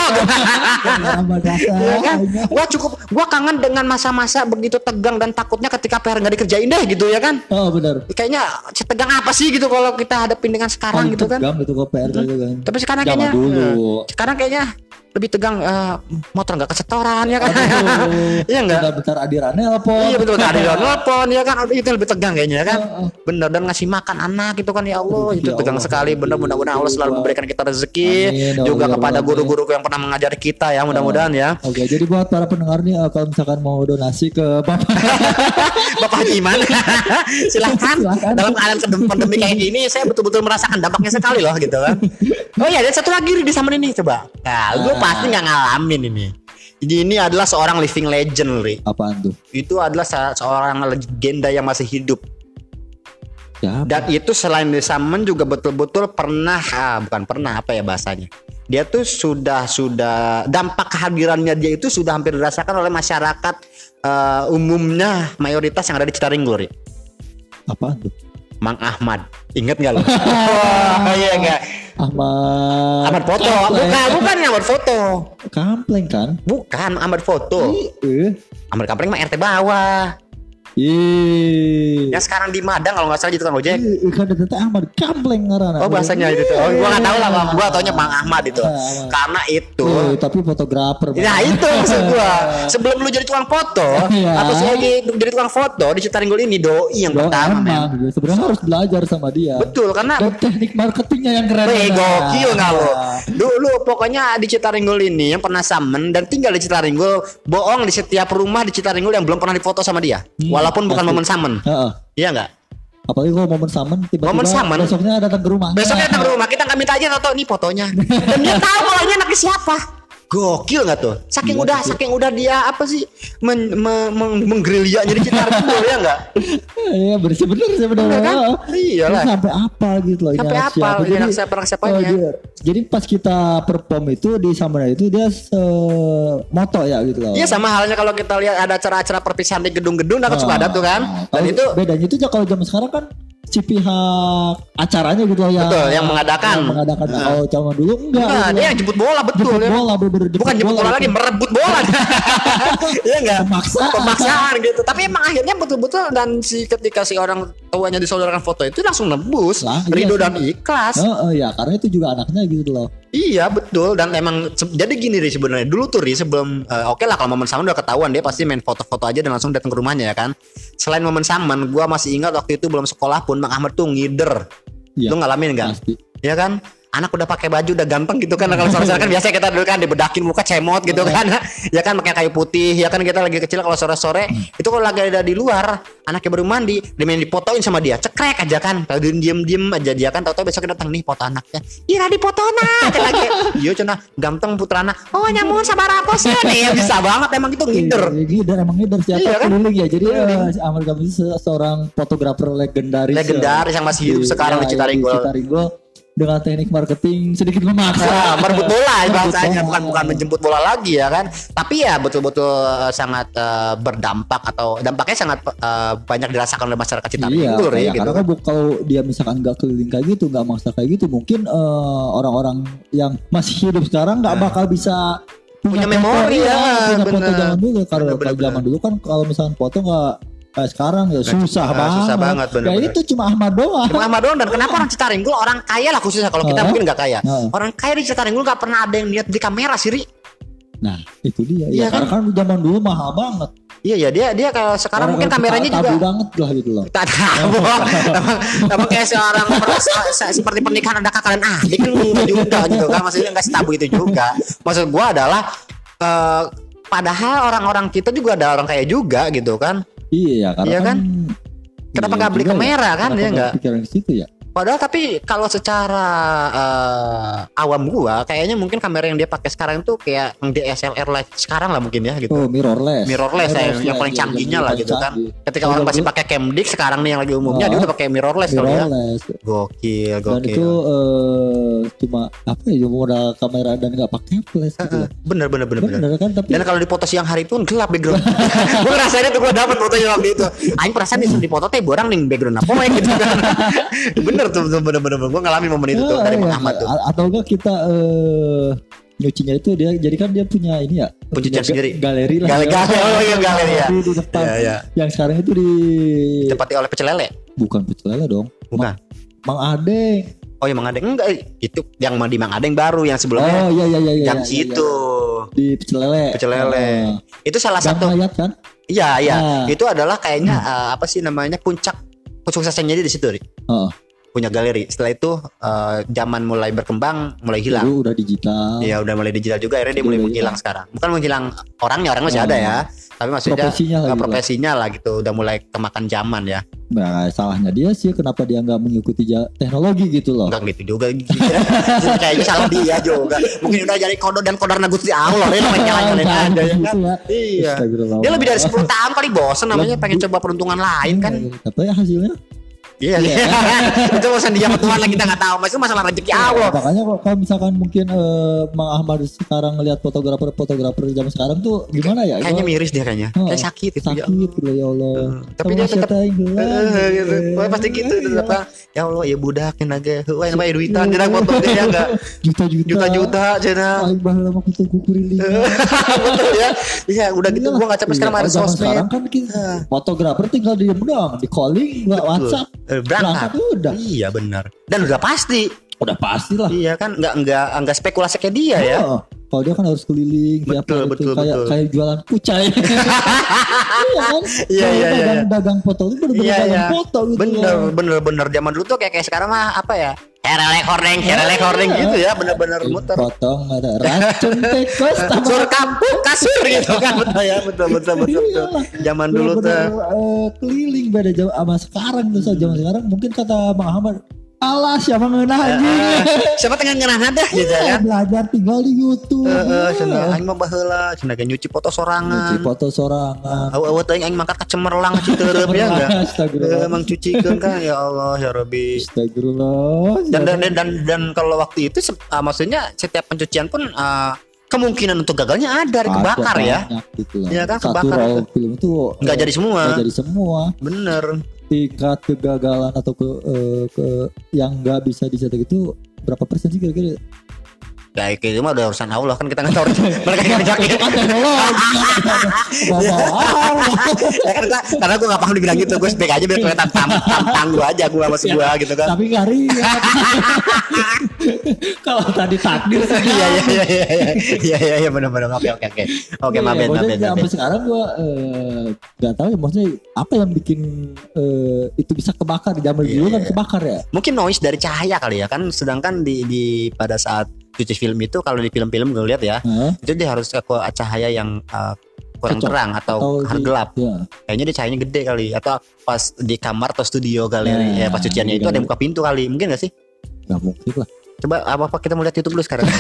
Gua kangen dengan masa-masa begitu tegang dan takutnya ketika PR nggak dikerjain deh gitu ya kan. Benar. Kayaknya tegang apa sih gitu kalau kita hadapin dengan sekarang gitu kan. Tegang gitu kok PR gitu kan. Tapi sekarang kayaknya lebih tegang, motor nggak kesetoran ya kan. Iya nggak. Bentar adiran nelpon. Iya betul, adiran nelpon ya kan. Itu lebih tegang kayaknya kan. Bener, dan ngasih makan anak itu kan ya Allah itu tegang sekali. Bener, mudah-mudahan Allah selalu memberikan kita rezeki. Amin, juga kepada guru-guru yang pernah mengajari kita ya, mudah-mudahan ya. Oke, jadi buat para pendengar nih, kalau misalkan mau donasi ke Bapak Iman silahkan. Dalam keadaan pandemi kayak gini saya betul-betul merasakan dampaknya sekali loh gitu kan. Oh iya, dan satu lagi di sama ini coba. Nah, gue pasti nggak ngalamin ini. Jadi ini adalah seorang living legend, Ri. Apaan tuh? Itu adalah seorang legenda yang masih hidup. Ya, dan itu selain di Samen juga betul-betul pernah, bukan pernah apa ya bahasanya. Dia tuh sudah dampak kehadirannya dia itu sudah hampir dirasakan oleh masyarakat umumnya, mayoritas yang ada di Citaringgo, Ri. Apaan tuh? Mang Ahmad. Ingat nggak lo? Oh iya enggak. Ahmad foto. Bukan Ahmad foto. Kampleng kan? Bukan Ahmad foto. Ahmad Kampleng mah RT bawah. Yang sekarang di Madang kalau nggak salah gitu kan ojek. Kan ada Ahmad Kampleng ngaranna. Oh bahasanya itu. Oh gua nggak tahu lah, gua taunya Mang Ahmad itu. Karena itu. Tapi fotografer. Nah itu maksud gua. Sebelum lu jadi tukang foto atau jadi tukang foto di Citaringgul ini doi yang pertama. Sebenarnya harus belajar sama dia. Betul karena teknik marketingnya yang keren. Gokil nggak lo? Dulu pokoknya di Citaringgul ini yang pernah samen dan tinggal di Citaringgul bohong di setiap rumah di Citaringgul yang belum pernah difoto sama dia. Walaupun bukan momen samen. Iya enggak? Apalagi kalau momen samen tiba-tiba besoknya datang ke rumah. Kita nggak minta aja atau ini fotonya. Dan dia tahu kalau ini anaknya siapa. Gokil nggak tuh? Saking udah dia apa sih menggerilya jadi Citaringgul ya nggak? Iya bener kan? Iyalah. Sampai apa gitu loh. Sampai apa? Siapanya? Jadi pas kita perform itu di Samana itu dia moto ya gitu loh. Iya sama halnya kalau kita lihat ada acara-acara perpisahan di gedung-gedung, kan suka ada tuh kan. Dan itu bedanya itu kalau zaman sekarang kan si pihak acaranya gitu ya. Betul, yang mengadakan. Kalau zaman dulu enggak. Nah, dia yang jemput bola betul. Bukan jemput bola lagi, merebut bola. Iya enggak? Pemaksaan gitu. Tapi emang akhirnya betul-betul dan ketika si orang tuanya disaudarakan foto itu langsung nebus, ridho dan ikhlas. Ya, karena itu juga anaknya gitu loh. Iya betul dan emang jadi gini Ri sebenarnya dulu tuh Ri sebelum oke lah kalau momen saman udah ketahuan dia pasti main foto-foto aja dan langsung datang ke rumahnya ya kan. Selain momen saman gua masih ingat waktu itu belum sekolah pun Mang Ahmad tuh ngider. Lu ngalamin enggak? Iya kan? Anak udah pakai baju udah ganteng gitu kan kalau sore-sore kan biasa kita dulu kan dibedakin muka cemot gitu kan ya kan pakai kayu putih ya kan kita lagi kecil kalau sore-sore itu kalau lagi ada di luar anaknya baru mandi dimain dipotoin sama dia cekrek aja kan tahu diem aja dia kan tahu-tahu besok datang nih foto anaknya ira dipotona lagi yo cenah ganteng putrana oh nyamun sabar apa sih ya bisa banget emang itu ngider emang siapa keliling ya jadi Ahmad Kamil seorang fotografer legendaris yang masih hidup sekarang di Citaringgul dengan teknik marketing sedikit memaksa merebut bola bahasanya bukan menjemput bola lagi ya kan tapi ya betul-betul sangat berdampak atau dampaknya sangat banyak dirasakan oleh masyarakat Citaringgul ya gitu karena kalau dia misalkan nggak keliling kayak gitu nggak maksa kayak gitu mungkin orang-orang yang masih hidup sekarang nggak bakal bisa punya memori punya foto zaman dulu kalau zaman dulu kan kalau misalkan foto nggak sekarang ya susah banget. Bener. Ya itu cuma Ahmad doang dan kenapa orang Citaringgul orang kaya lah khususnya kalau kita mungkin nggak kaya. Orang kaya di Citaringgul nggak pernah ada yang lihat di kamera sih Ri. Nah itu dia ya karena kan zaman dulu mahal banget. Iya dia kalau sekarang mungkin kameranya juga tabu banget lah gitu loh. Emang kayak seorang seperti pernikahan ada kakak dan adik kan juga gitu kan maksudnya nggak setabu itu juga. Maksud gua adalah padahal orang-orang kita juga ada orang kaya juga gitu kan. Iya karena kan kenapa nggak beli kamera kan ya nggak pikiran situ ya padahal tapi kalau secara awam gua kayaknya mungkin kamera yang dia pakai sekarang tuh kayak yang DSLR light sekarang lah mungkin ya gitu mirrorless yang paling canggihnya lah gitu kan ketika orang masih pakai Camdic sekarang nih yang lagi umumnya dia udah pakai mirrorless kali ya gokil dan itu cuma apa ya modal kamera dan nggak pakai flash gitu bener kan tapi dan kalau di foto siang hari pun gelap background gua ngerasain itu gua dapet fotonya waktu itu aing perasaan di foto teh borang nih background apa gitu kan bener gue ngalamin momen itu tuh dari Mang Ahmad tuh atau enggak kita nyucinya itu dia jadi kan dia punya ini ya pencucian sendiri galeri lah galeri ya di depan yang sekarang itu ditempati oleh pecel lele bukan pecel lele dong bukan Mang Adeng Mang Adeng enggak itu yang di Mang Adeng baru yang sebelumnya iya yang situ di pecel lele itu salah satu kan iya itu adalah kayaknya apa sih namanya puncak suksesnya di situ punya galeri. Setelah itu zaman mulai berkembang, mulai hilang. Udah digital. Iya, udah mulai digital juga. Akhirnya dia mulai menghilang sekarang. Bukan menghilang orangnya masih ada ya. Tapi maksudnya profesinya lah gitu. Udah mulai kemakan zaman ya. Nah, salahnya dia sih kenapa dia nggak mengikuti teknologi gitu loh. Enggak gitu juga. Kayaknya salah dia juga. Mungkin udah jadi kodok dan kodar Gusti Allah. Dia nyalain aja ya kan. Iya. Dia lebih dari 10 tahun kali bosan namanya pengen coba peruntungan lain kan. Tapi hasilnya Iya. Itu urusan dia sama Tuhan lah, kita nggak tahu. Maksudnya masalah rezeki Allah. Makanya kalau misalkan mungkin Mang Ahmad sekarang ngelihat fotografer zaman sekarang tuh gimana ya? Kayaknya miris dia kayaknya. Kayak sakit itu. Sakit gitu ya Allah. Tapi dia tetap gitu. Pasti gitu apa? Ya Allah ya budak naga. Wah namanya duitan dia foto dia enggak juta-juta cenah. Paling baheula mah kutu kukurilin. Betul ya. Iya udah gitu gua enggak capek sekarang ada sosmed. Sekarang kan kita fotografer tinggal diem doang, di calling WhatsApp. Berangkat udah. Iya benar. Dan udah pasti lah. Iya kan enggak spekulasi kayak dia ya. Kalau dia kan harus keliling betul. Kayak jualan kucai. Iya kan? Iya. Dagang foto itu bener-bener dagang foto gitu. Bener. Zaman dulu tuh kayak sekarang mah apa ya? Herelek hordeng gitu ya, bener-bener muter. Potong ada racun tikus sur kampung kasur gitu kan. Betul. Zaman dulu tuh keliling beda jauh sama sekarang tuh. Zaman sekarang mungkin kata Bang Ahmad, alah siapa ngeunah anjing. Siapa tengah ngeunah dah gitu kan. Belajar tinggal di YouTube. Cenah aing mah baheula cenah ge nyuci foto sorangan. Eueuh teh aing mangkat ka Cemerlang Citeureum ya enggak. Emang cucikeun kan ya Allah ya Rabbi. Astagfirullah. Dan kalau waktu itu maksudnya setiap pencucian pun kemungkinan untuk gagalnya ada kebakar ya. Gitu ya kan kebakar itu. Film itu enggak jadi semua. Bener. Tingkat kegagalan atau ke yang nggak bisa dicetak itu berapa persen sih kira-kira? Ya itu mah udah urusan Allah kan kita nggak tahu mereka yang ngejakin. Karena gue nggak paham dibilang gitu, gue speak aja biar kelihatan tampang gue aja gue sama gue gitu kan. Tapi ngari. Kalau tadi takdir. Iya benar. Oke maaf. Sampai sekarang gue nggak tahu ya maksudnya apa yang bikin itu bisa kebakar di zaman dulu kan kebakar ya. Mungkin noise dari cahaya kali ya kan, sedangkan di pada saat cuci film itu kalau di film-film gue lihat ya itu dia harus ke cahaya yang kurang terang atau gelap kayaknya dia cahayanya gede kali, atau pas di kamar atau studio galeri pas cuciannya itu ada yang buka pintu kali, mungkin gak sih? Gak mungkin lah. Coba apa kita mau lihat YouTube dulu sekarang.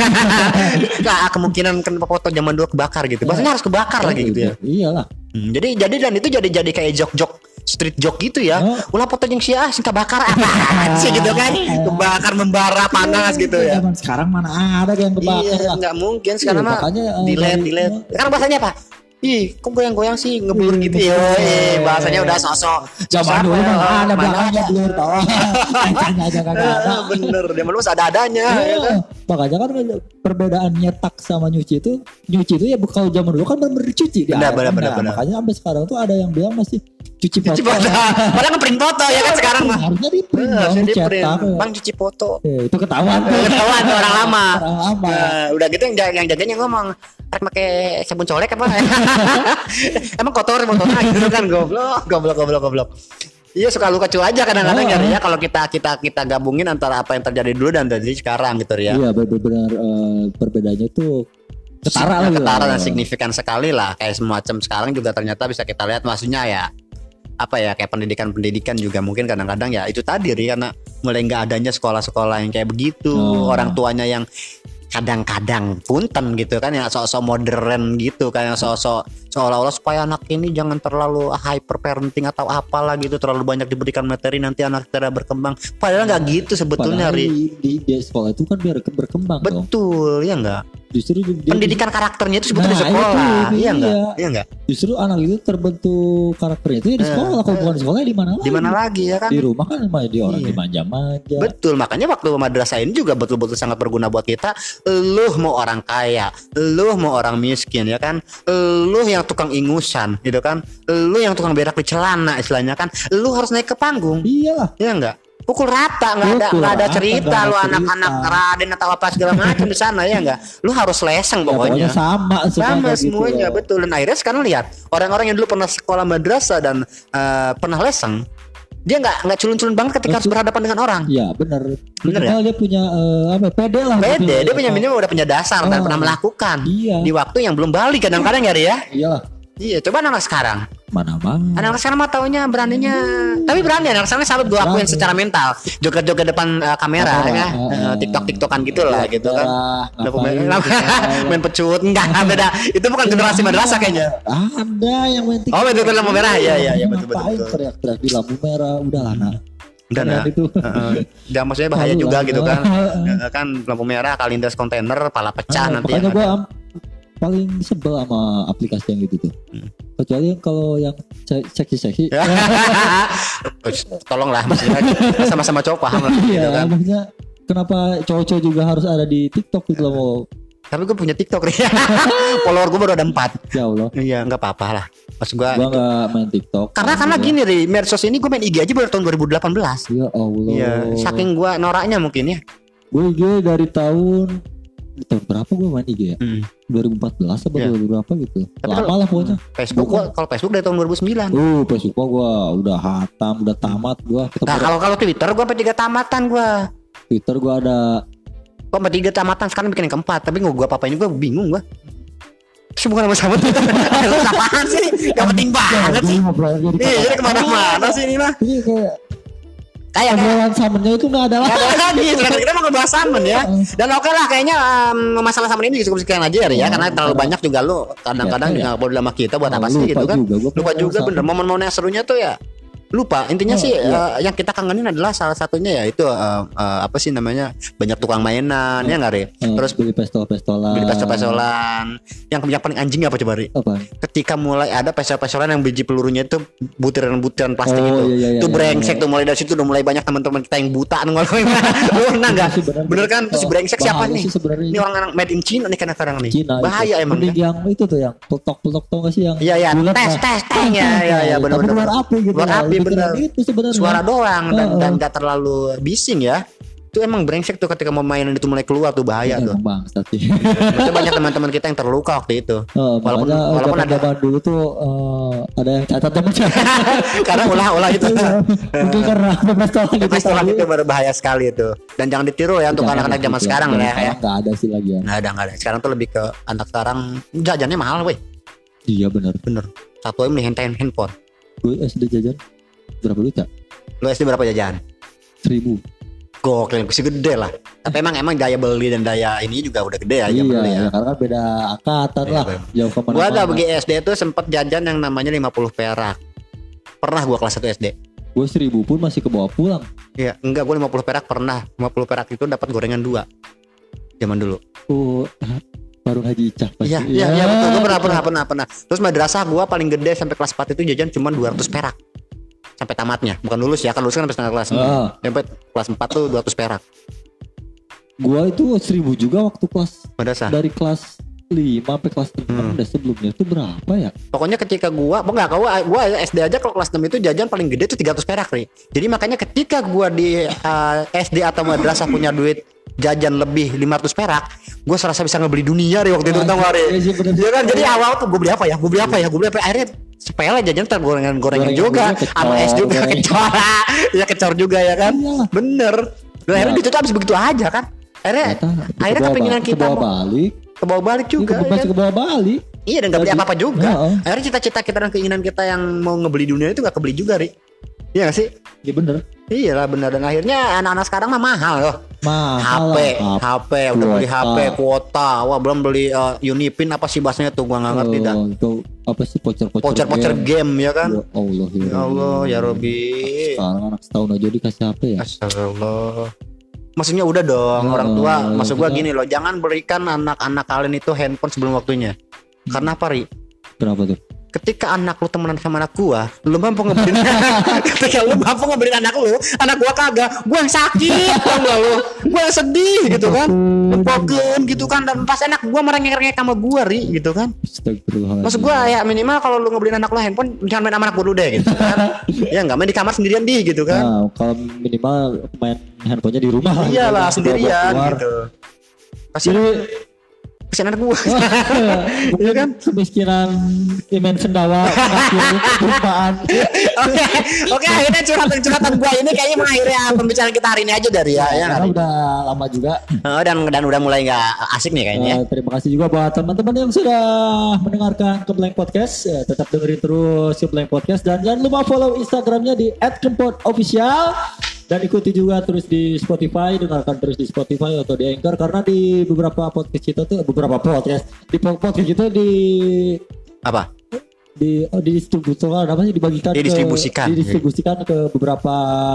Kemungkinan kan foto zaman dulu kebakar gitu, maksudnya harus kebakar lagi gitu ya. Iyalah. Jadi dan itu jadi kayak jok street joke gitu ya. Ulah foto yang sih kebakar sih gitu kan. Kebakar membara panas gitu ya. Zaman sekarang mana ada yang kebakar. Iya, enggak mungkin sekarang mah delete. Sekarang bahasanya apa? Ih, kok goyang-goyang sih ngeblur gitu ya. Bahasanya udah sosok. Zaman dulu mah ada belakangnya blur toh. Tanya aja kagak ada. Bener, dia malu ada-adanya ya kan. Makanya kan perbedaan nyetak sama nyuci itu ya kalau zaman dulu kan bener dicuci dia. Bener. Makanya sampai sekarang tuh ada yang bilang masih cuci foto. Padahal nge-print foto ya kan sekarang mah. Harusnya di-print. Bang cuci foto. Itu ketahuan tuh. Ketahuan tuh orang lama. Udah gitu yang jaganya ngomong, "Rek make sabun colek apa?" Emang kotor motornya gitu kan, goblok. Iya suka luka cu aja kadang-kadang ya kalau kita gabungin antara apa yang terjadi dulu dan terjadi sekarang gitu ya. Iya benar-benar perbedaannya tuh ketara dan signifikan sekali lah, kayak semacam sekarang juga ternyata bisa kita lihat, maksudnya ya apa ya, kayak pendidikan juga mungkin kadang-kadang ya itu tadi karena mulai nggak adanya sekolah-sekolah yang kayak begitu, orang tuanya yang kadang-kadang punten gitu kan, yang sok-sok modern gitu kan, yang sok-sok seolah-olah supaya anak ini jangan terlalu hyper parenting atau apalah gitu, terlalu banyak diberikan materi nanti anak tidak berkembang, padahal nggak gitu sebetulnya. Di sekolah itu kan biar berkembang. Betul ya enggak, justru pendidikan karakternya itu sebetulnya di sekolah. Iya enggak justru anak itu terbentuk karakternya itu di sekolah. Kalau bukan di sekolah di mana lagi ya kan, di rumah kan di orang dimanja-manja. Betul, makanya waktu madrasah ini juga betul-betul sangat berguna buat kita. Lu mau orang kaya, lu mau orang miskin ya kan, lu yang tukang ingusan gitu kan, lu yang tukang berak di celana istilahnya kan, lu harus naik ke panggung. Iyalah. Iya enggak? Pukul rata, nggak ada cerita lu anak-anak Raden atau apa segala macam di sana ya enggak? Lu harus leseng pokoknya. Sama semuanya gitu. Betul. Dan akhirnya sekarang lihat orang-orang yang dulu pernah sekolah madrasah dan pernah leseng, dia nggak culun-culun banget ketika harus berhadapan dengan orang. Iya benar ya. Dia punya pede lah. Pede, dia punya minimal udah punya dasar dan pernah melakukan. Iya. Di waktu yang belum balik kadang-kadang ya. Iyalah. Iya, coba anak sekarang. Mana bang? Anak sekarang mah taunya beraninya, tapi berani anak sekarang salut gue akuin secara mental. Joget-joget depan kamera ya, TikTok-tiktokan gitu lah gitu kan. Main pecut, enggak beda. Itu bukan generasi madrasah kayaknya. Ada yang main TikTok. Oh, main TikTok lampu merah. Iya betul. Teriak-teriak di lampu merah, udahlah nak. Enggak itu. Dan maksudnya bahaya juga gitu kan. Kan lampu merah, kalindas kontainer, pala pecah nanti. Makanya gue paling sebel sama aplikasi yang gitu tuh. Kecuali kalau yang seksi-seksi. Tolonglah maksudnya sama-sama cowok paham lah gitu kan. Maksudnya kenapa cowok-cowok juga harus ada di TikTok gitu loh. Tapi gue punya TikTok nih. Follower gue baru ada 4. Ya Allah. Iya enggak apa-apa lah. Maksud gue gak main TikTok. Karena gini Ri, medsos ini gue main IG aja baru tahun 2018. Ya Allah. Iya, saking gue noraknya mungkin ya. Gue IG dari tahun berapa gue main IG ya? 2014 atau berapa gitu. Lama lah pokoknya. Facebook gue, kalau Facebook dari tahun 2009. Facebook gue udah hatam, udah tamat gue. Nah kalau Twitter gue sampai 3 tamatan gue. Twitter gue ada. Kok sampai 3 tamatan, sekarang bikin yang keempat. Tapi gue apa-apain gue bingung gue. Terus bukan sama Twitter. Lu apaan sih? Gak penting banget sih. Iya jadi kemana-mana sih ini mah. Kayak samennya itu nggak ada lagi. Kita mau ngebahas samen ya. Dan oke lah kayaknya masalah samen ini cukup sekian aja ya. Karena terlalu banyak juga lu kadang-kadang nggak boleh sama kita buat apa sih gitu kan. Lupa juga bener. Momen-momen yang serunya tuh ya lupa. Intinya sih yang kita kangenin adalah salah satunya ya itu apa sih namanya, banyak tukang mainan ya nggak Ri? Terus beli pistol-pistolan. Yang paling anjing apa coba Ri? Apa? Ketika mulai ada pistol-pistolan yang biji pelurunya itu butiran-butiran plastik itu brengsek tuh. Mulai dari situ udah mulai banyak teman-teman kita yang buta ngomongin. Lu pernah nggak? Bener kan? Terus brengsek siapa nih? Ini orang made in China nih kadang-kadang nih. Bahaya emang. Yang itu tuh yang peletok-peletok tau nggak sih yang? Iya tes ya benar-benar. Keluar api gitu. Bener. Itu sebenarnya suara doang dan gak terlalu bising ya. Itu emang brengsek tuh ketika mau mainan itu mulai keluar tuh bahaya tuh. Banyak teman-teman kita yang terluka waktu itu. Walaupun ada dulu tuh ada yang cacat teman. Karena ulah itu. Mungkin karena pistol itu berbahaya sekali itu. Dan jangan ditiru ya untuk anak-anak zaman sekarang ya. Enggak ada sih lagi ya. Enggak ada. Sekarang tuh lebih ke anak sekarang jajannya mahal weh. Iya benar. Satu beli handphone. Gue SD jajan berapa duit ya? Lu SD berapa jajan? 1.000. Gokil, sih gede lah. Tapi emang daya beli dan daya ini juga udah gede aja. Iya, karena kan beda angkatan lah. Jauh kemana-mana. Gua gak pergi SD tuh sempet jajan yang namanya 50 perak. Pernah gua kelas 1 SD. Gue 1.000 pun masih kebawa pulang. Iya, enggak, gua 50 perak pernah. 50 perak itu dapat gorengan 2. Zaman dulu. Warung Haji Icah pasti. Iya betul. Gua pernah. Terus madrasah gua paling gede sampai kelas 4 itu jajan cuma 200 perak. Sampai tamatnya, bukan lulus ya, kan lulus kan sampai setengah kelas. Sampai kelas 4 tuh 200 perak. Gua itu 1.000 juga waktu kelas madrasah. Dari kelas 5 sampai kelas 6 udah sebelumnya itu berapa ya? Pokoknya ketika gua SD aja kalau kelas 6 itu jajan paling gede tuh 300 perak nih. Jadi makanya ketika gua di SD atau madrasah punya duit jajan lebih 500 perak, gue serasa bisa ngebeli dunia deh waktu itu tau gak Ri? Iya kan, jadi awal tuh gue beli apa ya, akhirnya sepele jajan ntar gorengan juga, sama es juga kecor juga ya kan, bener. Akhirnya itu tuh habis begitu aja kan, akhirnya kepinginan kita ke bawah balik juga, masih ke bawah balik. Iya, dan gak beli apa-apa juga. Akhirnya cita-cita kita dan keinginan kita yang mau ngebeli dunia itu gak kebeli juga Ri. Iya gak sih? Iya bener. Iya lah bener. Dan akhirnya anak-anak sekarang mah mahal loh. HP udah beli HP kuota. Wah belum beli Unipin apa sih bahasanya tuh, gua nggak ngerti dah. Itu apa sih voucher game ya kan? Ya Allah ya Robi. Sekarang anak setahun aja dikasih HP ya. Astagfirullah. Maksudnya udah dong orang tua. Maksud gua gini loh, jangan berikan anak-anak kalian itu handphone sebelum waktunya. Karena apa Ri? Kenapa tuh? Ketika anak lu temenan sama anak gua, lu mampu ngebeliin anak gua kagak, gua yang sakit, tau gak lu? Gua yang sedih gitu kan, ngepogen gitu kan, dan pas anak gua merengek-rengek sama gua Ri gitu kan. Maksud gua ya minimal kalau lu ngebeliin anak lu handphone, jangan main sama anak gua dulu deh gitu kan. Ya nggak main di kamar sendirian gitu kan. Nah, kalau minimal main handphonenya di rumah. Iyalah sendirian gitu. Kasian anak gua. Iya kan? Kemiskinan Imen Sendawa perjumpaan. Oke, akhirnya curhatan gua ini kayaknya mengakhiri pembicaraan kita hari ini aja dari ya. Karena udah lama juga. Dan udah mulai nggak asik nih kayaknya. Terima kasih juga buat teman-teman yang sudah mendengarkan Kembleng Podcast. Tetap dengerin terus Kembleng Podcast dan jangan lupa follow Instagramnya di @kempodofficial. Dan ikuti juga terus di Spotify, dengarkan terus di Spotify atau di Anchor, karena di beberapa podcast kita tuh di podcast kita di apa? didistribusikan apa sih didistribusikan ke beberapa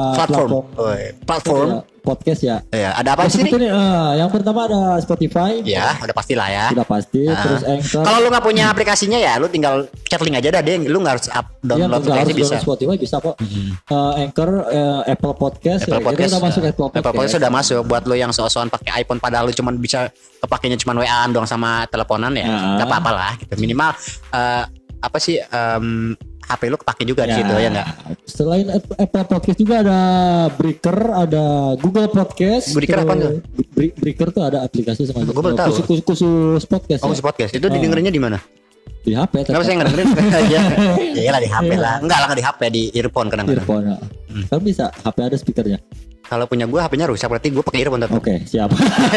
platform podcast ya. Iya, ada apa sih? Yang pertama ada Spotify. Ya, udah pastilah ya. Sudah pasti. Terus Anchor. Kalau lu nggak punya aplikasinya ya, lu tinggal chat link aja dah deh. Lu nggak harus download aplikasi bisa. Spotify bisa kok. Anchor, Apple Podcast. Apple Podcast udah masuk Apple Podcast sudah masuk. Buat lu yang so-soan pakai iPhone padahal lu cuma bisa kepakainya cuma WA doang sama teleponan ya. Nggak apa-apa lah. Gitu. Minimal apa sih? HP lu kepake juga di situ ya nggak? Selain Apple Podcast juga ada Breaker, ada Google Podcast. Breaker apa tuh? Breaker tuh ada aplikasi sama khusus podcast. Oh, khusus podcast. Itu didengerinnya di mana? Di HP. Kenapa saya ngedengerin? Ya lah di HP lah. Enggak lah di HP, di earphone kadang-kadang. Earphone. Kan bisa HP ada speakernya. Kalau punya gue HP-nya rusak berarti gue pakai earphone tetap. Oke, siap.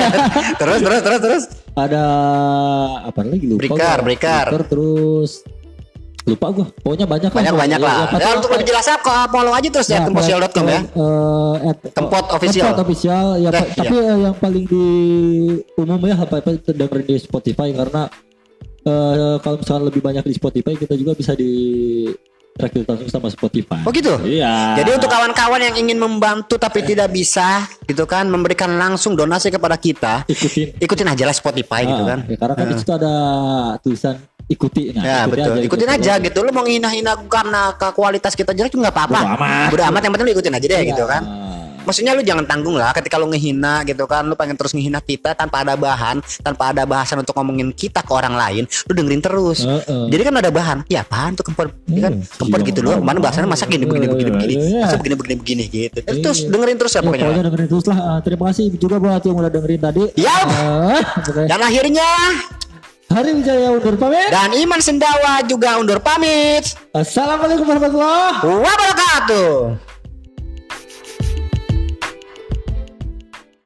terus. Ada apa lagi lupa. Breaker. Terus lupa gue, pokoknya banyak lah. Ya, untuk lebih jelasnya follow aja terus ya kempot.com ya. Kempot official ya, tapi yang paling di umum ya apa dengerin di Spotify karena kalau misalkan lebih banyak di Spotify kita juga bisa di rekrut langsung sama Spotify. Oh gitu? Iya. Jadi untuk kawan-kawan yang ingin membantu tapi tidak bisa gitu kan memberikan langsung donasi kepada kita, ikutin aja lah Spotify gitu kan. Ya, karena kan di situ ada tulisan ikuti. Ya betul. Ikutin aja gitu. Lu mau ngina-hina karena kualitas kita jelek juga nggak apa-apa. Bodo amat yang penting lu ikutin aja deh gitu kan. Maksudnya lu jangan tanggung lah ketika lu ngehina gitu kan. Lu pengen terus ngehina kita tanpa ada bahan, tanpa ada bahasan untuk ngomongin kita ke orang lain. Lu dengerin terus. Jadi kan ada bahan. Ya apaan tuh kempot kan? Kempot gitu loh. Mana bahasannya masa begini. Masa begini gitu. Terus dengerin terus ya pokoknya. Pokoknya dengerin terus lah. Terima kasih juga buat yang udah dengerin tadi. Dan akhirnya Hari Wijaya undur pamit. Dan Iman Sendawa juga undur pamit. Assalamualaikum warahmatullahi wabarakatuh.